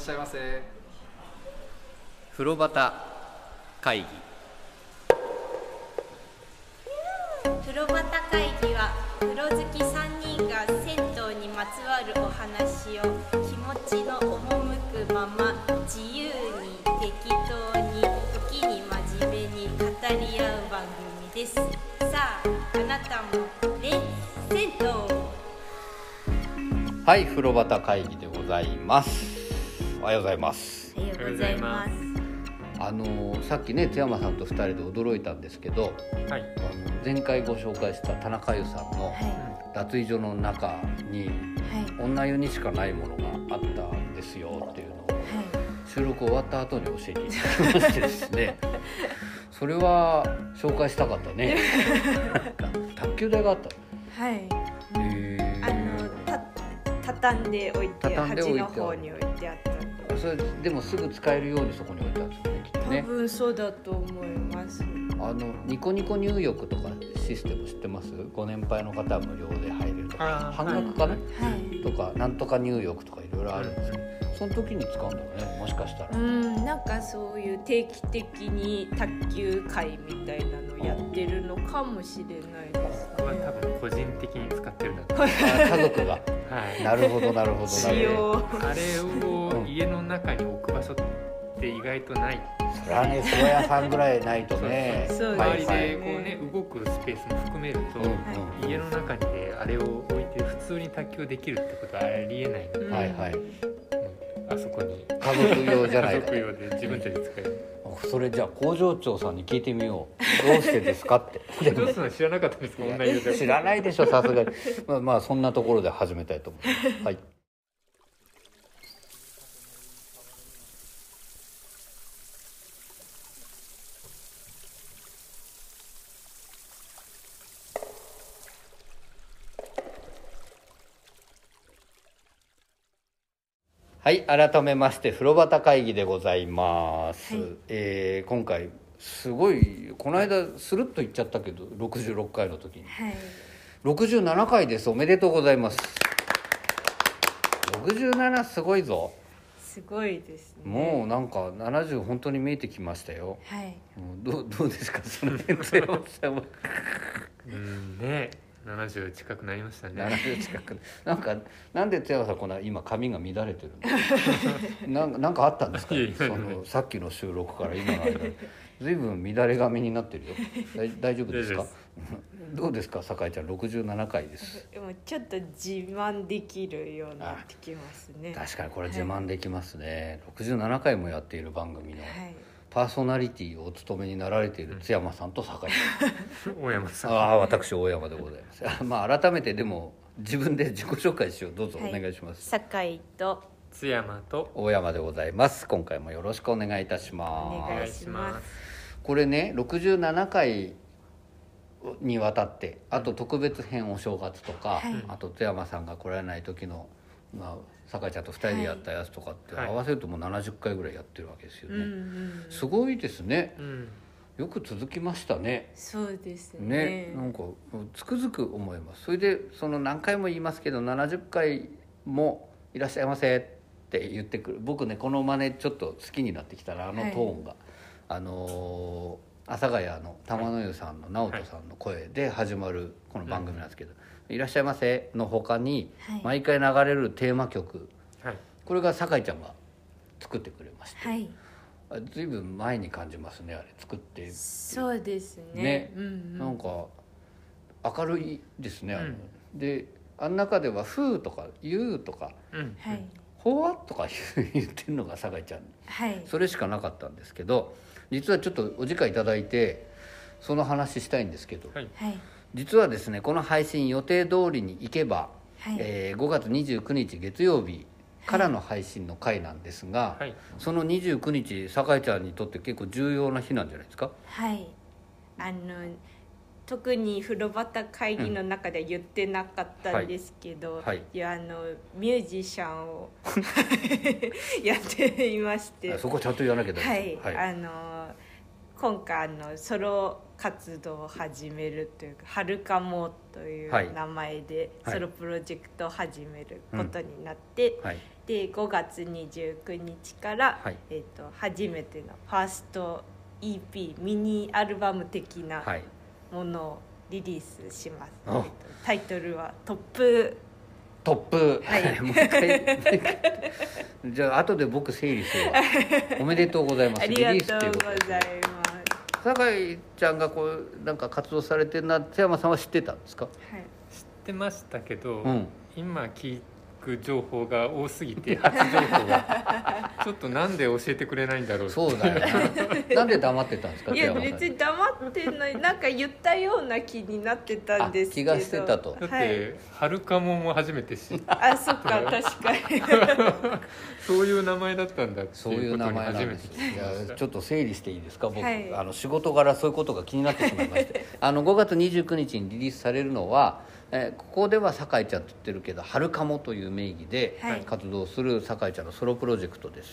しゃいませ。 風呂端会議。 風呂端会議は風呂好き3人が銭湯にまつわるお話を気持ちの赴くまま自由に適当に時に真面目に語り合う番組です。さあ、あなたもレッツ銭湯。 はい、風呂端会議でございます。おはようございます。 おはようございます。 さっきね津山さんと2人で驚いたんですけど、 はい、 前回ご紹介した田中優さんの脱衣所の中に女湯にしかないものがあったんですよっていうのを収録終わった後に教えていただきましてですねそれは紹介したかったね卓球台があった。 はい、畳んでおいて端の方に置いてあった。 それでもすぐ使えるようにそこに置いてあるんですよね、きっとね。 多分そうだと思います。 ニコニコ入浴とかシステム知ってます？ご年配の方は無料で入れるとか、半額かな、とかなんとか入浴とかいろいろあるんですけど、その時に使うんだろうね、もしかしたら。 なんかそういう定期的に卓球会みたいなのやってるのかもしれないです、ね。 僕は多分個人的に使ってるんだと思う。 家族が、はい、なるほどなるほど。 あれを家の中に置く場所って意外とない。 それはね、風呂屋さんぐらいないとね。 周りでこうね、動くスペースも含めると、家の中にねあれを置いて普通に卓球できるってことはありえないので、 はいはい、 あそこに家族用じゃないか。 家族用で自分たちで使える。 それじゃあ工場長さんに聞いてみよう。どうしてですかって。 どうするの知らなかったんですか？女湯で。 知らないでしょ、さすがに。まあそんなところで始めたいと思います。はい。はい、改めまして風呂端会議でございます、はい。今回すごいこの間スルッと言っちゃったけど66回の時に、はい、67回です。おめでとうございます。67すごいぞ。 すごいですね。 もうなんか70本当に見えてきましたよ。 はい。 どうですかその辺でね、70近くなりましたね。 70近くなんで津山さんこの今髪が乱れてるのなんかあったんですか？さっきの収録から今の間ずいぶん乱れ髪になってるよ。大丈夫ですか？どうですか酒井ちゃん。67回です。 でもちょっと自慢できるようになってきますね。 確かにこれ自慢できますね、はい、67回もやっている番組の、はい、パーソナリティをお務めになられている津山さんと酒井さん。 大山さん。私大山でございます。改めてでも自分で自己紹介しよう。どうぞお願いします。 はい、酒井と津山と大山でございます。今回もよろしくお願いいたします。 お願いします。これね67回にわたって、あと特別編お正月とか、はい、あと津山さんが来られない時の、酒井ちゃんと2人でやったやつとかって、はい、合わせるともう70回ぐらいやってるわけですよね、すごいですね、よく続きましたね。 そうですね。 なんかつくづく思います。それでその何回も言いますけど70回もいらっしゃいませって言ってくる。僕ねこの真似ちょっと好きになってきたらトーンが、はい、阿佐ヶ谷の玉の湯さんの直人さんの声で始まるこの番組なんですけど、いらっしゃいませの他に毎回流れるテーマ曲、はい、これが酒井ちゃんが作ってくれまして、はい、ずいぶん前に感じますね、あれ作って。 そうですね。 なんか明るいですね、であの中では「ふう」とか「ゆう」とか「ほわ」とか言ってるのが酒井ちゃん、はい、それしかなかったんですけど、実はちょっとお時間いただいてその話したいんですけど、はい、実はですねこの配信予定通りにいけば、はい、5月29日月曜日からの配信の回なんですが、はい、その29日酒井ちゃんにとって結構重要な日なんじゃないですか？ はい、特に風呂端会議の中では言ってなかったんですけど、はい、ミュージシャンをやっていまして、 そこちゃんと言わなきゃダメです。 はい、はい、 今回ソロ活動を始めるというか、はるかもという名前でソロプロジェクトを始めることになって、で5月29日から、初めてのファースト EP ミニアルバム的なものをリリースします。タイトルはトップ、はい、 もう一回じゃあ後で僕整理するわ。おめでとうございます。 ありがとうございます。 酒井ちゃんがこうなんか活動されてるな、津山さんは知ってたんですか？ 知ってましたけど、今聞く情報が多すぎて、初情報がちょっとなんで教えてくれないんだろう。 そうだよな。なんで黙ってたんですか？ いや別に黙ってない、なんか言ったような気になってたんですけど。 気がしてたと。 だってはるかもも初めて知った。 あ、そっか、確かに。 そういう名前だったんだってそういう名前なんです。いやちょっと整理していいですか？僕、仕事柄そういうことが気になってしまいまして、5月29日にリリースされるのは、ここでは酒井ちゃんと言ってるけど、はるかもという名義で活動する酒井ちゃんのソロプロジェクトです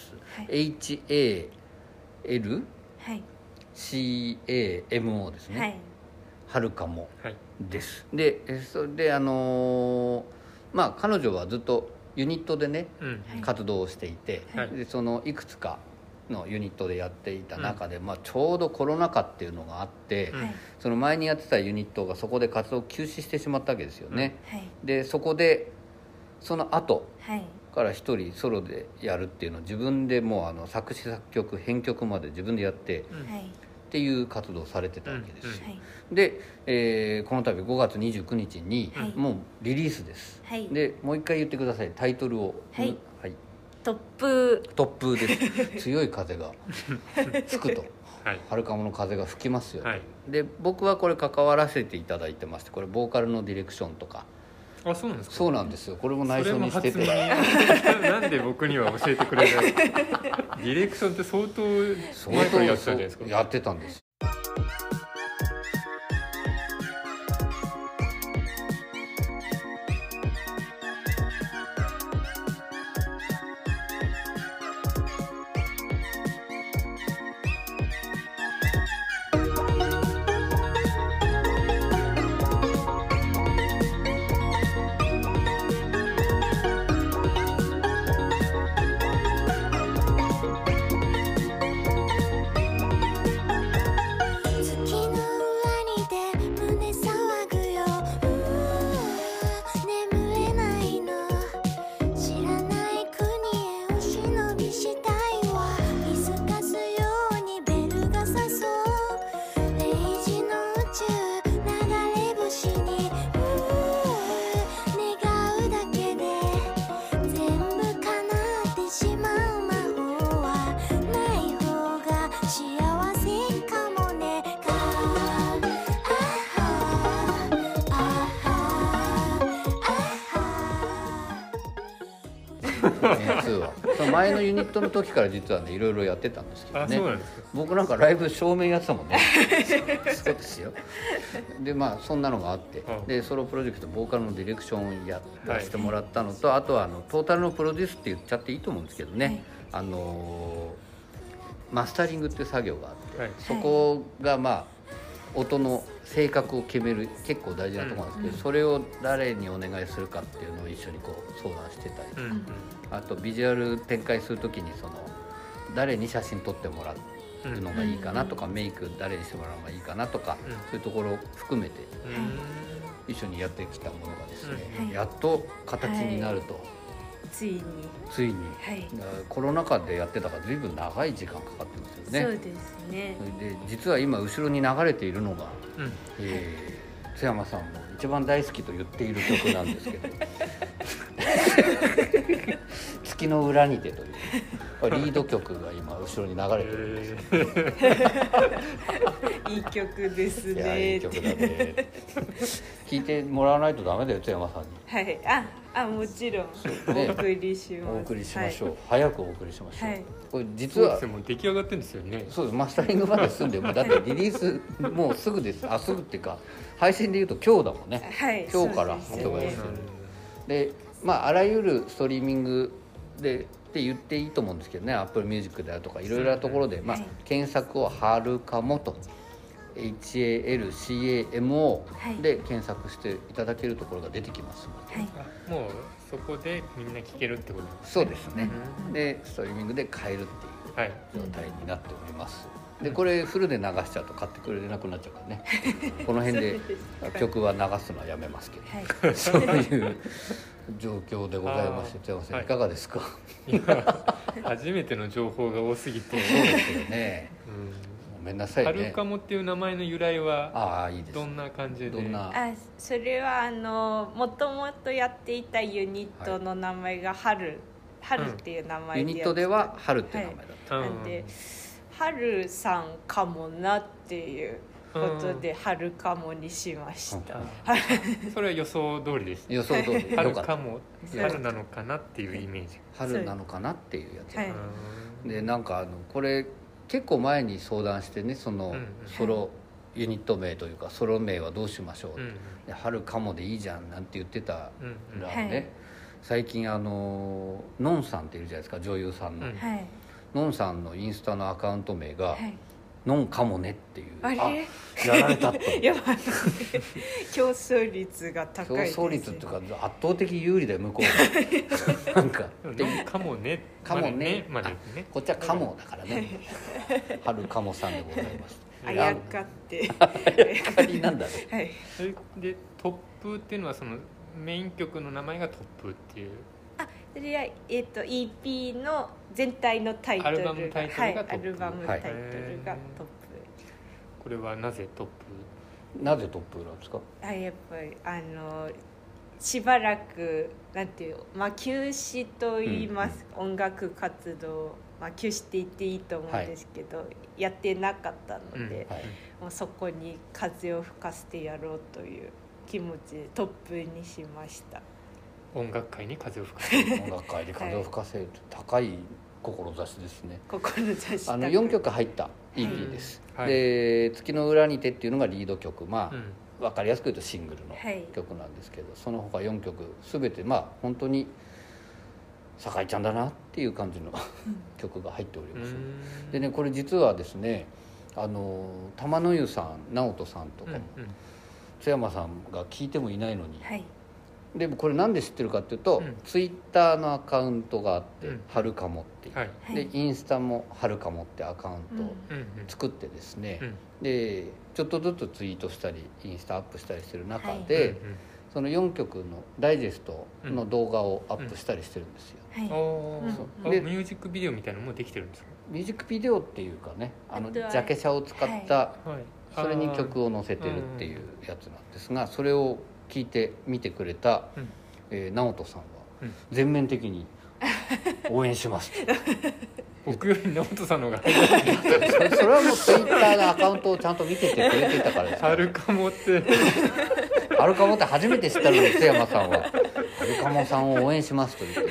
。HALCAMO ですね。はるかもです。でそれで彼女はずっとユニットでね、活動をしていて、でそのいくつかのユニットでやっていた中で、ちょうどコロナ禍っていうのがあって、その前にやってたユニットがそこで活動を休止してしまったわけですよね。でそこでその後から一人ソロでやるっていうのを自分でもう作詞作曲編曲まで自分でやって、っていう活動をされてたわけです。で、この度5月29日にもうリリースです。でもう一回言ってください、タイトルを。 トップです強い風が吹くと、はるかもの風が吹きますよ、で僕はこれ関わらせていただいてまして、これボーカルのディレクションとか。 あ、そうなんですか？ そうなんですよ。これも内緒にしててなんで僕には教えてくれない？ディレクションって相当前からやってたじゃないですか？ やってたんです。前のユニットの時から実はねいろいろやってたんですけどね。 そうなんですか？ 僕なんかライブ正面やってたもんね。そうですよ。でそんなのがあって、でソロプロジェクトボーカルのディレクションをやらせてもらったのと、あとはトータルのプロデュースって言っちゃっていいと思うんですけどね、マスタリングっていう作業があって、そこが音の性格を決める結構大事なところなんですけど、それを誰にお願いするかっていうのを一緒にこう相談してたりとか、あとビジュアル展開する時に誰に写真撮ってもらうのがいいかなとか、メイク誰にしてもらうのがいいかなとか、そういうところを含めて一緒にやってきたものがですね、やっと形になると。 ついに、 コロナ禍でやってたから随分長い時間かかってますよね。 そうですね。 で実は今後ろに流れているのが、津山さんも一番大好きと言っている曲なんですけど月の裏にてというリード曲が今後ろに流れてるんですいい曲ですね。 いやいい曲だね聴いてもらわないとダメだよ津山さんに。 もちろんお送りします。 お送りしましょう、早くお送りしましょう。これ実はもう出来上がってるんですよね。 そうです、マスタリングまで済んでだってリリースもうすぐです。すぐっていうか配信でいうと今日だもんね。今日から発売する。であらゆるストリーミングでって言っていいと思うんですけどね、Apple Music であるとかいろいろなところで、検索をはるかもと HALCAMO で検索していただけるところが出てきますので、 もうそこでみんな聴けるってことですね。 そうですね、でストリーミングで買えるっていう状態になっております。でこれフルで流しちゃうと買ってくれなくなっちゃうからねこの辺で曲は流すのはやめますけど、そういう状況でございまして、津山さんいかがですか？ いや初めての情報が多すぎてそうですよね、ごめんなさいね。 はるかもっていう名前の由来はいいです。 どんな感じで？ それはもともとやっていたユニットの名前が春っていう名前で、 ユニットでは春っていう名前だった、 なんで春さんかもなっていうことで春かもにしました、 それは予想通りでした。 予想通り春かも、春なのかなっていうイメージ。 春なのかなっていうやつ、でなんかこれ結構前に相談してね、そのソロユニット名というかソロ名はどうしましょう、で春かもでいいじゃんなんて言ってたらね、最近のんさんっているじゃないですか、女優さんの、のんさんのインスタのアカウント名が、のんかもねっていう、 あれやられたとやばい競争率が高いです、 競争率っていうか圧倒的有利だよ向こうがなんかかもねかもねまでね、 こっちはかもだからね春かもさんでございますあやかってあやかりなんだね、 それでトップっていうのはそのメイン曲の名前がトップっていう、 それは、EP の全体のタイトルがアルバムタイトルがトップ、 アルバムタイトルがトップ、 これはなぜトップ？ なぜトップなんですか？ やっぱりしばらくなんていう、休止と言います、音楽活動、休止って言っていいと思うんですけど、やってなかったので、もうそこに風を吹かせてやろうという気持ちでトップにしました。 音楽界に風を吹かせる音楽界に風を吹かせると高い志ですね。 志 4曲入った EP です、で月の裏にてっていうのがリード曲、分かりやすく言うとシングルの曲なんですけど、その他4曲全て本当に酒井ちゃんだなっていう感じの曲が入っております。でね、これ実はですね、玉の湯さん、直人さんとかも、津山さんが聞いてもいないのに、でもこれなんで知ってるかっていうと、ツイッターのアカウントがあって「はるかも」っていう、でインスタも「はるかも」ってアカウントを作ってですね、でちょっとずつツイートしたりインスタアップしたりしてる中で、その4曲のダイジェストの動画をアップしたりしてるんですよ。 でミュージックビデオみたいなのもできてるんですか？ ミュージックビデオっていうかね、ジャケ写を使ったそれに曲を載せてるっていうやつなんですが、それを聞いて見てくれた、直人さんは全面的に応援します僕より直人さんの方がそれはもうツイッターのアカウントをちゃんと見ててくれてたからです。 はるかもってはるかもって初めて知ったのに津山さんははるかもさんを応援しますと言って、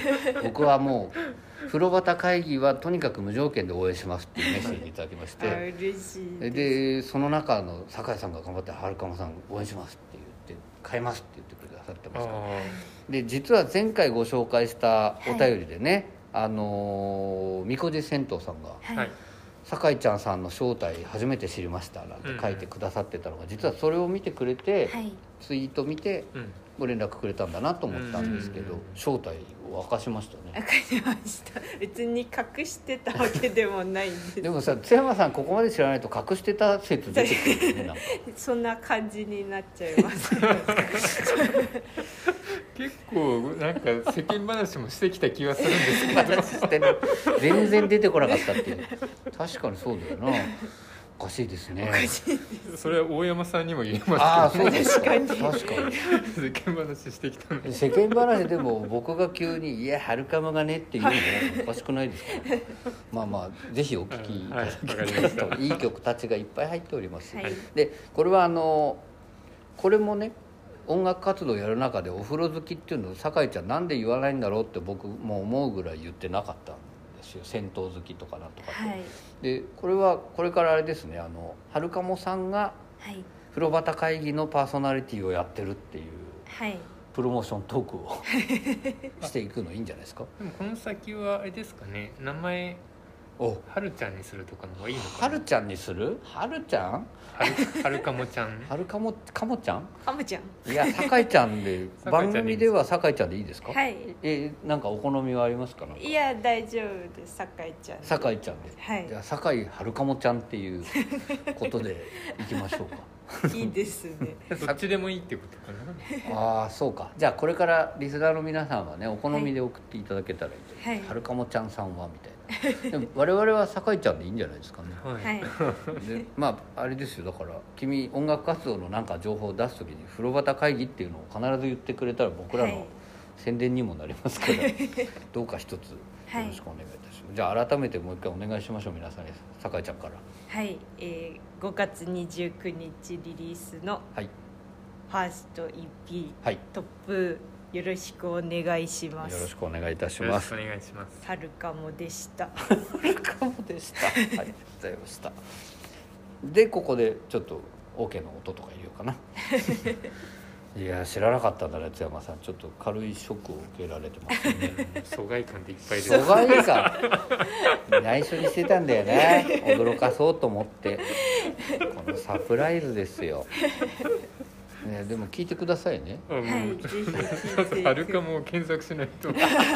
僕はもう風呂旗会議はとにかく無条件で応援しますっていうメッセージいただきまして、 嬉しいでその中の酒井さんが頑張ってはるかもさん応援しますって言って買いますって言ってくださってますから。で実は前回ご紹介したお便りでね、みこじ銭湯さんが、酒井ちゃんさんの正体初めて知りましたなんて書いてくださってたのが、実はそれを見てくれて、ツイート見てご連絡くれたんだなと思ったんですけど、正体を明かしましたね。 明かしました。別に隠してたわけでもないんですでもさ、津山さんここまで知らないと隠してた説出てくるよね。なんかそんな感じになっちゃいます結構なんか世間話もしてきた気がするんですけど全然出てこなかったっていう。確かにそうだよな。おかしいですね。 それは大山さんにも言えますけど、 そうですか。確かに世間話してきたのに。 世間話でも僕が急に「いやはるかもがね」っていうのもおかしくないですかね。まあぜひお聞きいただきますと、いい曲たちがいっぱい入っております、でこれはこれもね、音楽活動をやる中でお風呂好きっていうのを酒井ちゃんなんで言わないんだろうって僕も思うぐらい言ってなかったんですよ。銭湯好きとかなんとかって、でこれはこれからあれですね、はるかもさんが風呂旗会議のパーソナリティをやってるっていうプロモーショントークをしていくのいいんじゃないですか。 でもこの先はあれですかね、名前はるちゃんにするとかの方がいいのかな。 はるちゃんにする？はるちゃん？ はるかもちゃん。 はるかもちゃん？ かもちゃん。 いや、酒井ちゃんで番組では酒井ちゃんでいいですか？ はい。 なんかお好みはありますか？ いや、大丈夫です。酒井ちゃん。 酒井ちゃんで。 はい。 じゃあ酒井はるかもちゃんっていうことでいきましょうか。 いいですね。 どっちでもいいってことかな。ああ、そうか。じゃあこれからリスナーの皆さんはね、お好みで送っていただけたらいいと。はい。はるかもちゃんさんはみたいな。でも我々は酒井ちゃんでいいんじゃないですかね。 はい。 で、まああれですよ、だから君音楽活動のなんか情報を出すときに風呂旗会議っていうのを必ず言ってくれたら僕らの宣伝にもなりますから、どうか一つよろしくお願いいたします。じゃあ改めてもう一回お願いしましょう、皆さんに。酒井ちゃんから。 はい、5月29日リリースのファースト EP、はい、トップよろしくお願いします。 よろしくお願いいたします。 よろしくお願いします。 はるかもでした。 はるかもでした。はい、ありがとうございました。でここでちょっと OK の音とか入れようかな。いや知らなかったんだね、津山さん。ちょっと軽いショックを受けられてますね。 疎外感でいっぱいで。 疎外感内緒にしてたんだよね。驚かそうと思って。このサプライズですよ。ね、でも聞いてくださいね。 はい、 はるかも検索しないと。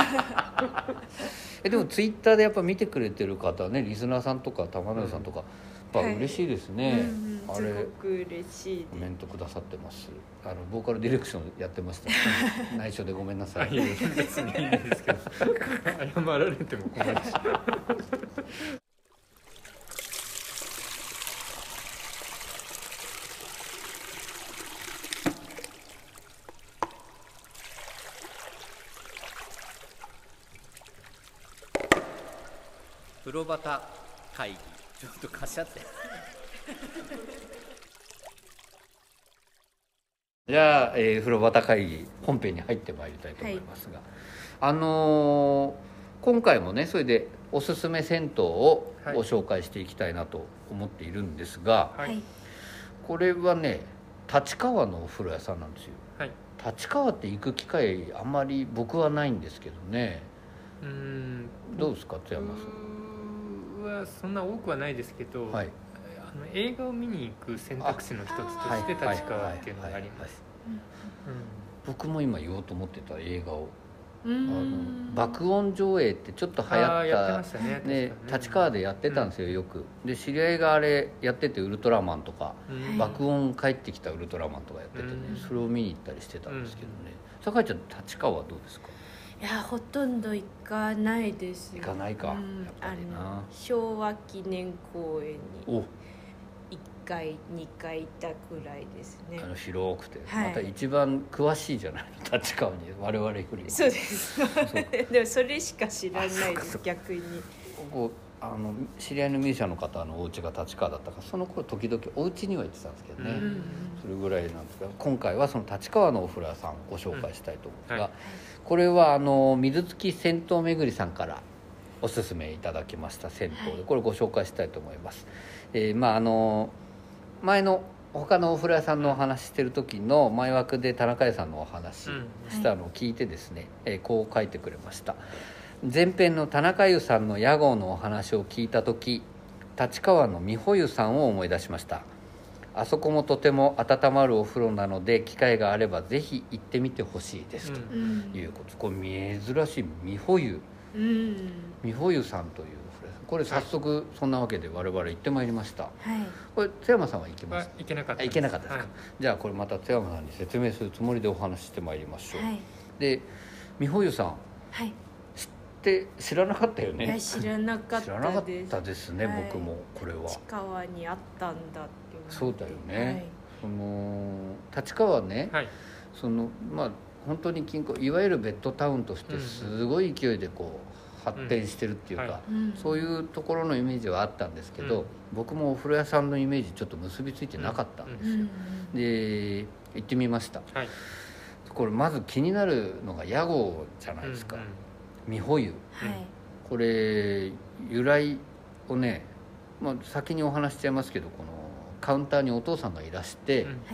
でもツイッターでやっぱ見てくれてる方ね、リスナーさんとか玉ねぎさんとか、やっぱ嬉しいですね。 あれすごく嬉しい。 コメントくださってます。ボーカルディレクションやってました。内緒でごめんなさい。 いや別にいいんですけど、謝られても困るし。 風呂旗会議、ちょっとかしゃってじゃあ、風呂旗会議本編に入ってまいりたいと思いますが、今回もねそれでおすすめ銭湯をご紹介していきたいなと思っているんですが、はい、これはね立川のお風呂屋さんなんですよ、はい、立川って行く機会あんまり僕はないんですけどね。どうですか津山さんは。そんな多くはないですけど、はい、映画を見に行く選択肢の一つとして立川っていうのがあります。 僕も今言おうと思ってた映画を爆音上映ってちょっと流行ったね、立川でやってたんですよ、よく。で知り合いがあれやってて、ウルトラマンとか爆音帰ってきたウルトラマンとかやっててね、それを見に行ったりしてたんですけどね。酒井ちゃん立川はどうですか？ いやほとんど行かないです。 行かないか、やっぱりな。 昭和記念公園に1回2回行ったくらいですね。 広くて、はい、また一番詳しいじゃないの立川に、我々よりも。 そうですでもそれしか知らないです。逆にここ知り合いのミュージシャンの方のお家が立川だったから、その頃時々お家には行ってたんですけどね、それぐらいなんですが、今回はその立川のお風呂屋さんをご紹介したいと思うんですが、これは水月銭湯めぐりさんからおすすめいただきました銭湯で、これご紹介したいと思います。前の他のお風呂屋さんのお話してる時の前枠で田中屋さんのお話したのを聞いてですね、こう書いてくれました。前編の田中湯さんの屋号のお話を聞いた時、立川の美穂湯さんを思い出しました。あそこもとても温まるお風呂なので、機会があればぜひ行ってみてほしいです、ということ。これ珍しい美穂湯、美穂湯さんというお風呂、これ早速そんなわけで我々行ってまいりました、はい、これ津山さんは行けました？ 行けなかったです。 行けなかったですか、はい、じゃあこれまた津山さんに説明するつもりでお話ししてまいりましょう、はい、で美穂湯さん、はい、知らなかったよね。 いや知らなかったです。 知らなかったですね、はい、僕もこれは立川にあったんだって。 そうだよね、はい、立川ね、はい、本当にいわゆるベッドタウンとしてすごい勢いでこう発展してるっていうか、そういうところのイメージはあったんですけど、僕もお風呂屋さんのイメージちょっと結びついてなかったんですよ、で行ってみました、はい、これまず気になるのが屋号じゃないですか、美穂湯、はい、これ由来をね、先にお話しちゃいますけど、このカウンターにお父さんがいらして、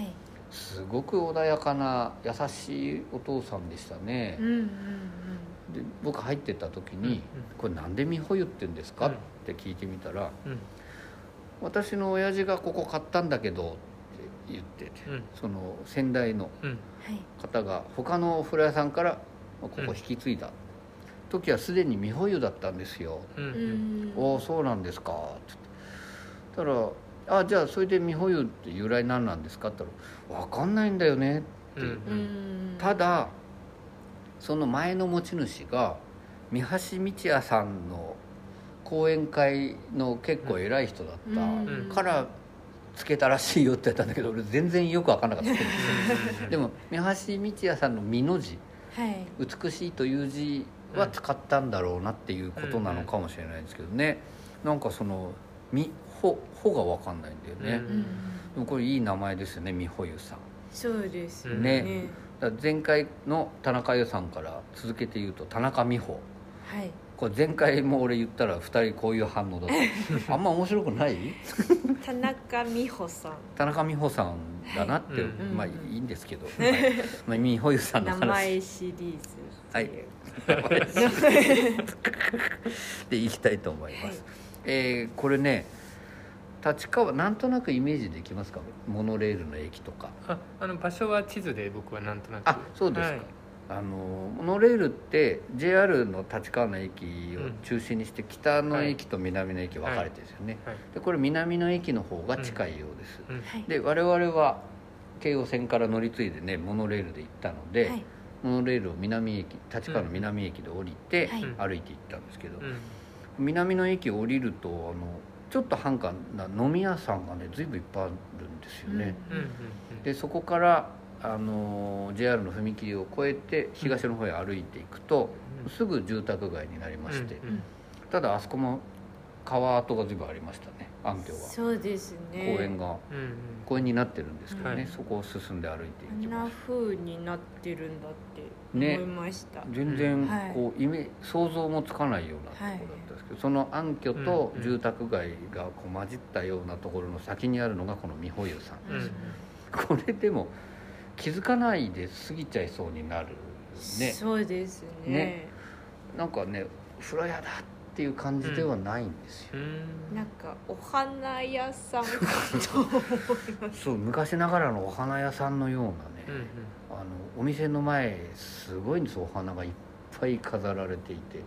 すごく穏やかな優しいお父さんでしたね、で僕入ってった時に「これなんで美穂湯って言うんですか?」って聞いてみたら「私の親父がここ買ったんだけど」って言ってて、その先代の方が他のお風呂屋さんからここ引き継いだ時はすでに美穂湯だったんですよ。おお、そうなんですかって言ったら「じゃあそれで美穂湯って由来何なんですか?」って言ったら「分かんないんだよね」っていう、ただその前の持ち主が三橋道也さんの講演会の結構偉い人だったからつけたらしいよって言ったんだけど、俺全然よく分かんなかったけどでも三橋道也さんの美の字、美しいという字は使ったんだろうなっていうことなのかもしれないですけどね。なんかその美穂が分かんないんだよね。でもこれいい名前ですよね、美穂湯さん。 そうですね。だから前回の田中優さんから続けて言うと田中美穂、これ前回も俺言ったら2人こういう反応だったあんま面白くない田中美穂さん、 田中美穂さんだなって、まあいいんですけど、まあ、美穂湯さんの話、 名前シリーズはいでいきたいと思います、これね立川なんとなくイメージできますか？モノレールの駅とか。 場所は地図で僕はなんとなく。 そうですか、モノレールって JR の立川の駅を中心にして北の駅と南の駅分かれてるんですよね、でこれ南の駅の方が近いようです、で我々は京王線から乗り継いでねモノレールで行ったので、モノレールを南駅立川の南駅で降りて歩いて行ったんですけど、南の駅を降りるとちょっと繁華な飲み屋さんがね随分いっぱいあるんですよね、でそこからJR の踏切を越えて東の方へ歩いていくと、すぐ住宅街になりまして、ただあそこも川跡が随分ありましたね。暗渠が、 そうですね、 公園になってるんですけどね、そこを進んで歩いていきます。 あんな風になってるんだって思いました、 全然こう、想像もつかないようなところだったんですけど、その暗渠と住宅街がこう混じったようなところの先にあるのがこの美穂湯さんです、これでも気づかないで過ぎちゃいそうになるね。 そうですね。 なんかね風呂屋だっていう感じではないんですよ、 なんかお花屋さんかと思います。 そう、昔ながらのお花屋さんのようなね、お店の前すごいんです、お花がいっぱい飾られていて、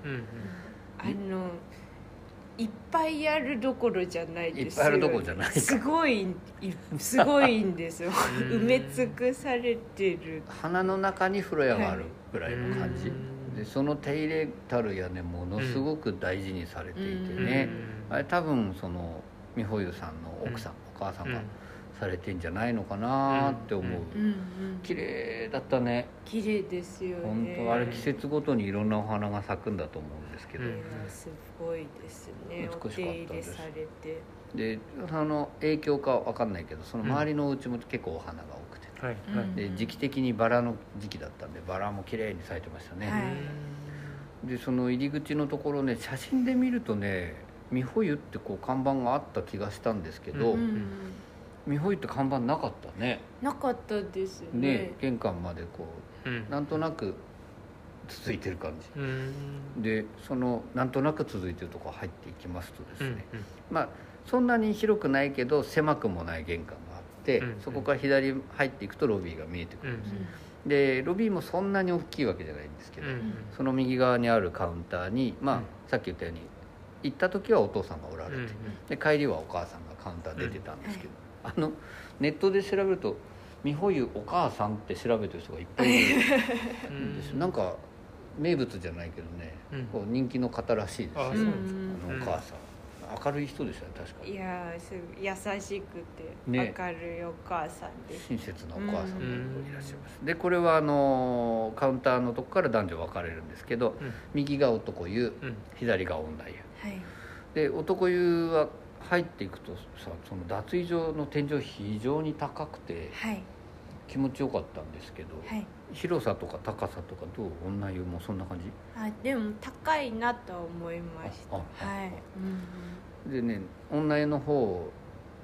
いっぱいあるどころじゃないですよ。 いっぱいあるどころじゃないか。すごいんですよ埋め尽くされてる。 花の中に風呂屋があるぐらいの感じ、でその手入れたる屋根ものすごく大事にされていてね、あれ多分その美穂湯さんの奥さん、お母さんがされてんじゃないのかなって思う、綺麗だったね。 綺麗ですよね。 本当あれ季節ごとにいろんなお花が咲くんだと思うんですけど、 すごいですね。お手入れされて、 でその影響かわかんないけど、その周りのお家も結構お花が多くて、で時期的にバラの時期だったんでバラも綺麗に咲いてましたね、でその入り口のところね、写真で見るとね美穂湯ってこう看板があった気がしたんですけど、美穂湯って看板なかったね。 なかったですね。 玄関までこう、なんとなく続いてる感じ、でそのなんとなく続いてるところ入っていきますとですね、まあそんなに広くないけど狭くもない玄関があって、そこから左入っていくとロビーが見えてくるんです、でロビーもそんなに大きいわけじゃないんですけど、その右側にあるカウンターに、さっき言ったように行った時はお父さんがおられて、で帰りはお母さんがカウンター出てたんですけど、ネットで調べると美穂湯お母さんって調べてる人がいっぱいいるんですなんか名物じゃないけどね、こう人気の方らしいですよ、お母さん。明るい人でしたね、確かに。 いや優しくて明るいお母さんです、 親切なお母さんがいらっしゃいます、でこれはカウンターのとこから男女分かれるんですけど、右が男湯、左が女湯、で男湯は入っていくとさ、その脱衣所の天井非常に高くて、気持ちよかったんですけど、広さとか高さとかどう？女湯もそんな感じ？ でも高いなと思いました。 でね、女湯の方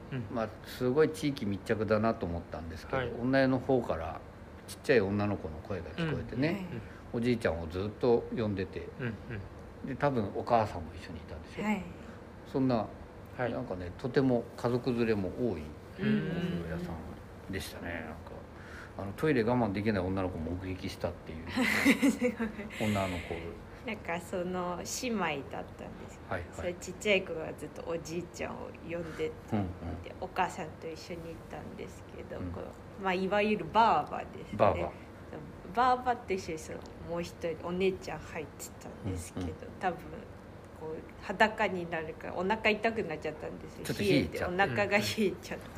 まあ、すごい地域密着だなと思ったんですけど、女湯の方からちっちゃい女の子の声が聞こえてね、おじいちゃんをずっと呼んでて、で多分お母さんも一緒にいたんですよ、そんな、なんかねとても家族連れも多いお風呂屋さんでしたね。なんかトイレ我慢できない女の子を目撃したっていう女の子なんかその姉妹だったんです、それちっちゃい子がずっとおじいちゃんを呼んでて、でお母さんと一緒に行ったんですけど、まあ、いわゆるバーバですね。バーバと一緒にもう一人お姉ちゃん入ってたんですけど、多分こう裸になるからお腹痛くなっちゃったんですよ。冷えてお腹が冷えちゃって、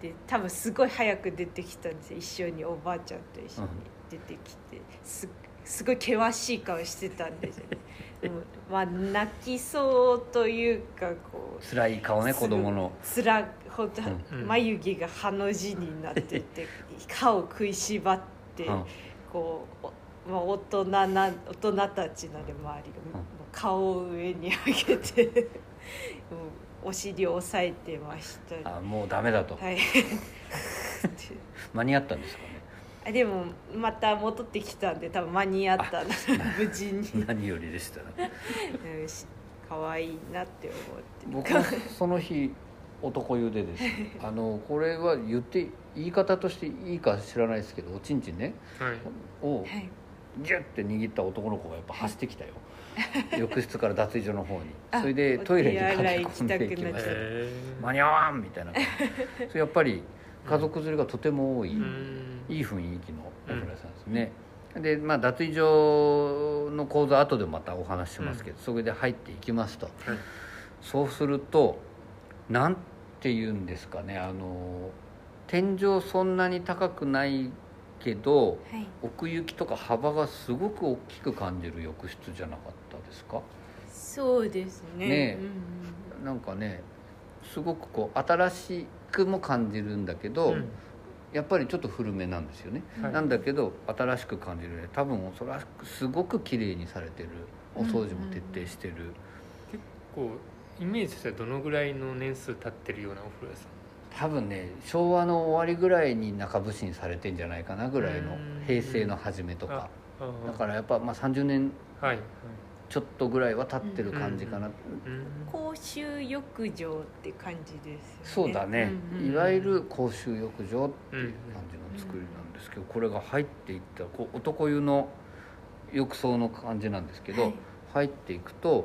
で多分すごい早く出てきたんですよ。一緒におばあちゃんと一緒に出てきて、すごい険しい顔してたんですよね。でもまあ泣きそうというかこう辛い顔ね、子供の本当眉毛がハの字になってて、歯を食いしばって、こう、まあ、大人たちので周りが顔を上に上げてお尻を押さえてました。 もうダメだと、間に合ったんですかね。 でもまた戻ってきたんで多分間に合った無事に何よりでしたね。 可愛いなって思って僕もその日男湯でですねこれは言い方としていいか知らないですけど、おちんちんね、をギュッて握った男の子がやっぱ走ってきたよ浴室から脱衣所の方に。それでトイレに駆け込んでいきました。間に合わんみたいな感じそれやっぱり家族連れがとても多い、いい雰囲気のお風呂屋さんですね。で、まあ、脱衣所の講座後でまたお話ししますけど、それで入っていきますと、そうするとなんていうんですかね、天井そんなに高くないけど、奥行きとか幅がすごく大きく感じる浴室じゃなかったですか？ そうですね。 なんかね、すごくこう新しくも感じるんだけど、やっぱりちょっと古めなんですよね、なんだけど新しく感じるね。多分それはすごく綺麗にされてる、お掃除も徹底してる、 結構イメージとしてはどのぐらいの年数経ってるようなお風呂屋さん？ 多分ね、昭和の終わりぐらいに中伏にされてんじゃないかなぐらいの、平成の初めとかだからやっぱまあ30年ちょっとぐらいは経ってる感じかな。 公衆浴場って感じですよね。そうだね、いわゆる公衆浴場っていう感じの作りなんですけど、これが入っていったら男湯の浴槽の感じなんですけど、入っていくと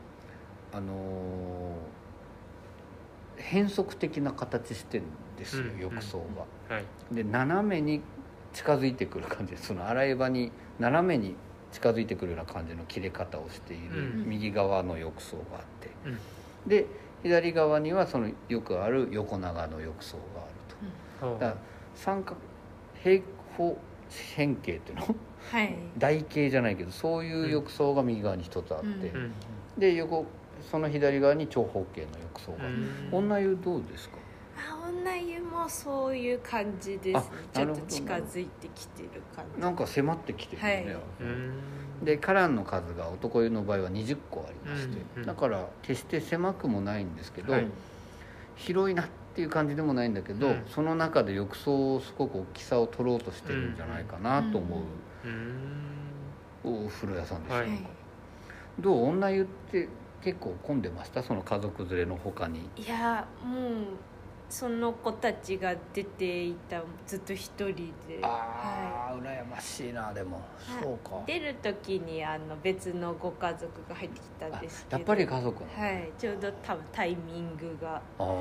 変則的な形してるんですよ、浴槽が。で斜めに近づいてくる感じです。その洗い場に斜めに近づいてくるような感じの切れ方をしている右側の浴槽があって、で左側にはそのよくある横長の浴槽があると、だから三角平方変形っていうの、台形じゃないけどそういう浴槽が右側に一つあって、でその左側に長方形の浴槽がある。女湯どうですか？ 女湯もそういう感じですね。ちょっと近づいてきてる感じ。 なんか迫ってきてるよね。で花壇の数が男湯の場合は20個ありまして、だから決して狭くもないんですけど、広いなっていう感じでもないんだけど、その中で浴槽をすごく大きさを取ろうとしてるんじゃないかなと思うお風呂屋さんですよ。どう？女湯って結構混んでました？その家族連れの他に。 いや、もうその子たちが出ていたずっと一人で。 羨ましいな。でもそうか。 出る時に別のご家族が入ってきたんですけど、 やっぱり家族ちょうど多分タイミングが。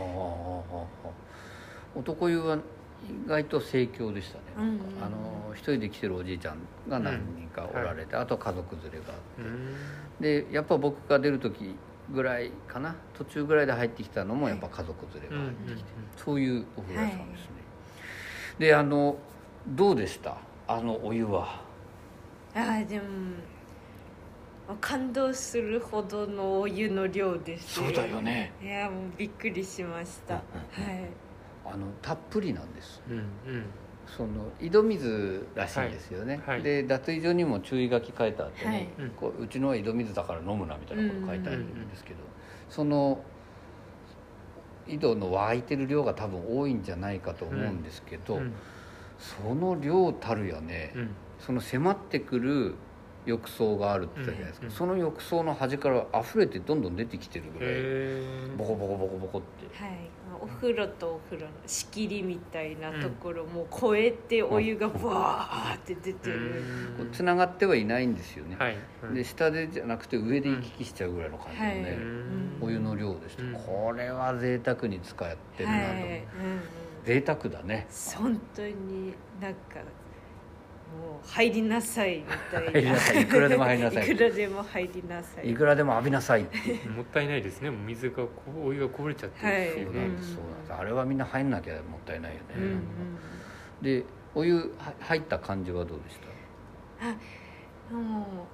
男湯は意外と盛況でしたね。一人で来てるおじいちゃんが何人かおられて、あと家族連れがあって、でやっぱ僕が出る時ぐらいかな、途中ぐらいで入ってきたのもやっぱ家族連れが入ってきて、そういうお風呂屋さんですね。でどうでした？お湯は。 でも感動するほどのお湯の量ですよね。そうだよね。 いやもうびっくりしました。 たっぷりなんです。その井戸水らしいんですよね。で脱衣所にも注意書き書いてあってね、うちのは井戸水だから飲むなみたいなこと書いてあるんですけど、その井戸の湧いてる量が多分多いんじゃないかと思うんですけど、その量たるやね、その迫ってくる浴槽があるって言ったじゃないですか、その浴槽の端から溢れてどんどん出てきてるぐらいボコボコボコボコって、 はい、お風呂とお風呂の仕切りみたいなところも超えてお湯がバーって出てる、 つながってはいないんですよね、で下でじゃなくて上で行き来しちゃうぐらいの感じのね、お湯の量でした、これは贅沢に使ってるなと、贅沢だね、 本当になんかもう入りなさいみたいな、 いくらでも入りなさい、 いくらでも入りなさい、 いくらでも浴びなさいってもったいないですね、水がお湯がこぼれちゃって、そうなんです、 そうなんです、あれはみんな入んなきゃもったいないよね、でお湯入った感じはどうでした？ も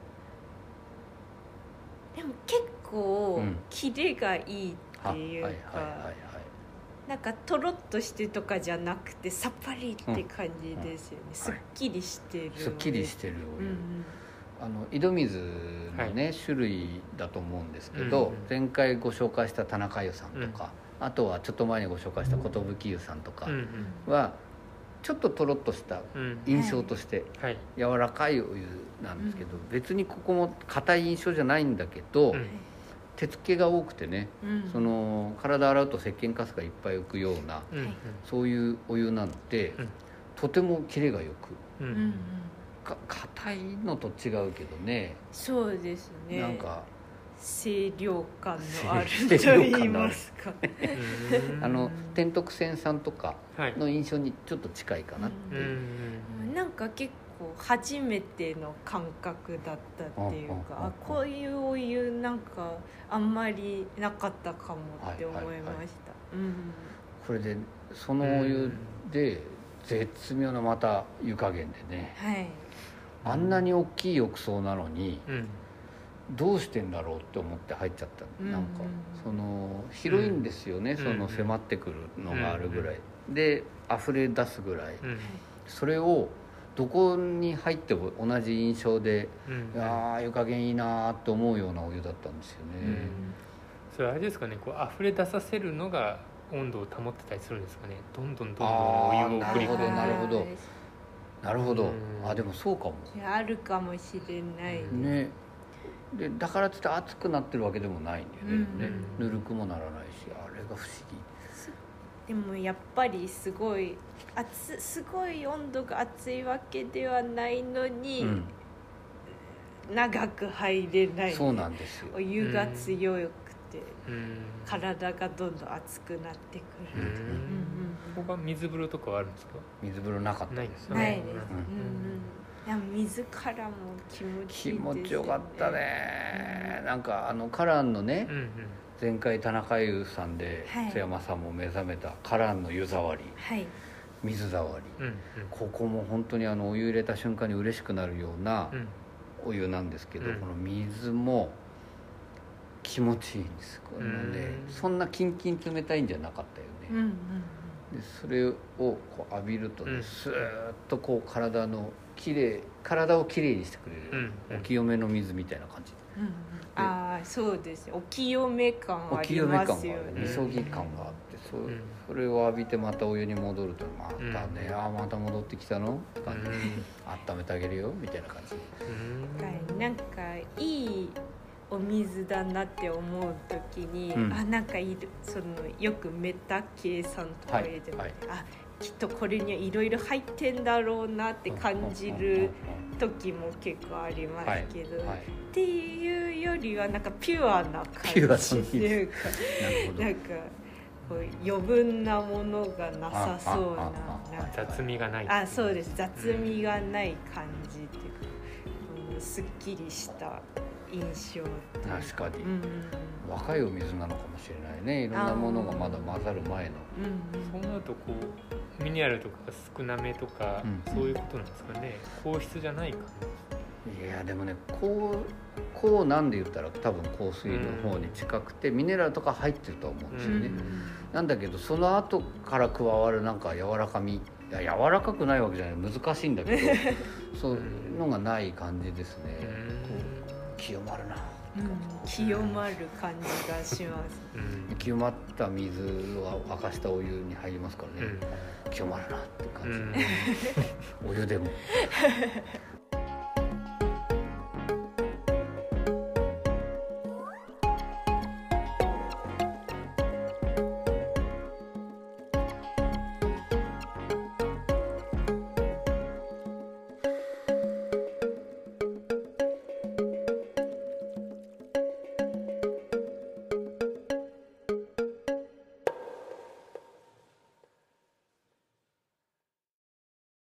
うでも結構キレがいいっていうか、なんかとろっとしてとかじゃなくてさっぱりって感じですよね、すっきりしてる、 すっきりしてるお湯、井戸水のね、種類だと思うんですけど、前回ご紹介した田中湯さんとか、あとはちょっと前にご紹介した寿湯さんとかはちょっととろっとした印象として柔らかいお湯なんですけど、別にここも硬い印象じゃないんだけど、手付けが多くてね、その体洗うと石鹸カスがいっぱい浮くような、そういうお湯なんで、とてもキレがよく、硬いのと違うけどね、 そうですね、 なんか清涼感のあると言いますか天徳線さんとかの印象にちょっと近いかなって、 なんか結構初めての感覚だったっていうか、こういうお湯なんかあんまりなかったかもって思いました。 これでそのお湯で絶妙なまた湯加減でね、あんなに大きい浴槽なのに、どうしてんだろうって思って入っちゃった、なんかその広いんですよね、その迫ってくるのがあるぐらいで溢れ出すぐらい、それをどこに入っても同じ印象で、湯加減いいなって思うようなお湯だったんですよね、 それあれですかね、こう溢れ出させるのが温度を保ってたりするんですかね、どんどんお湯を送り込んで、 なるほど、でもそうかも、 あるかもしれないね。でだからって熱くなってるわけでもないんだよね、ぬるくもならないし、あれが不思議。 でもやっぱりすごい温度が熱いわけではないのに、長く入れない、 そうなんですよ、 お湯が強くて、体がどんどん熱くなってくる、 ここは水風呂とかはあるんですか？ 水風呂なかったですね、 ないです、でも水からも気持ちいいですよね。 気持ちよかったね、なんかカランのね、前回田中湯さんで津山さんも目覚めたカランの湯触り、水触り、ここも本当にお湯入れた瞬間に嬉しくなるようなお湯なんですけど、この水も気持ちいいんです。これもね、そんなキンキン冷たいんじゃなかったよね、でそれをこう浴びるとね、スーッとこう体をきれいにしてくれる、お清めの水みたいな感じ、 そうです、お清め感ありますよね、 みそぎ感があって、それを浴びてまたお湯に戻るとまたね、また戻ってきたのって感じで、温めてあげるよみたいな感じ、 なんかいいお水だなって思う時に、なんかそのよくメタ計算とか入れても、きっとこれにはいろいろ入ってんだろうなって感じる時も結構ありますけど、っていうよりはなんかピュアな感じっていうか、なんかこう余分なものがなさそうな、 雑味がない、 そうです、雑味がない感じっていうか、すっきりした印象。 確かに、若いお水なのかもしれないね、いろんなものがまだ混ざる前の、 そうなるとこうミネラルとかが少なめとか、そういうことなんですかね、硬質じゃないかいやでもね、こうなんで言ったら多分硬水の方に近くて、ミネラルとか入ってると思うんですよね、なんだけどその後から加わるなんか柔らかみ、いや柔らかくないわけじゃない、難しいんだけどそういうのがない感じですね、清まるな、 清まる感じがします、 清まった水を沸かしたお湯に入りますからね、清まるなって感じ、お湯でも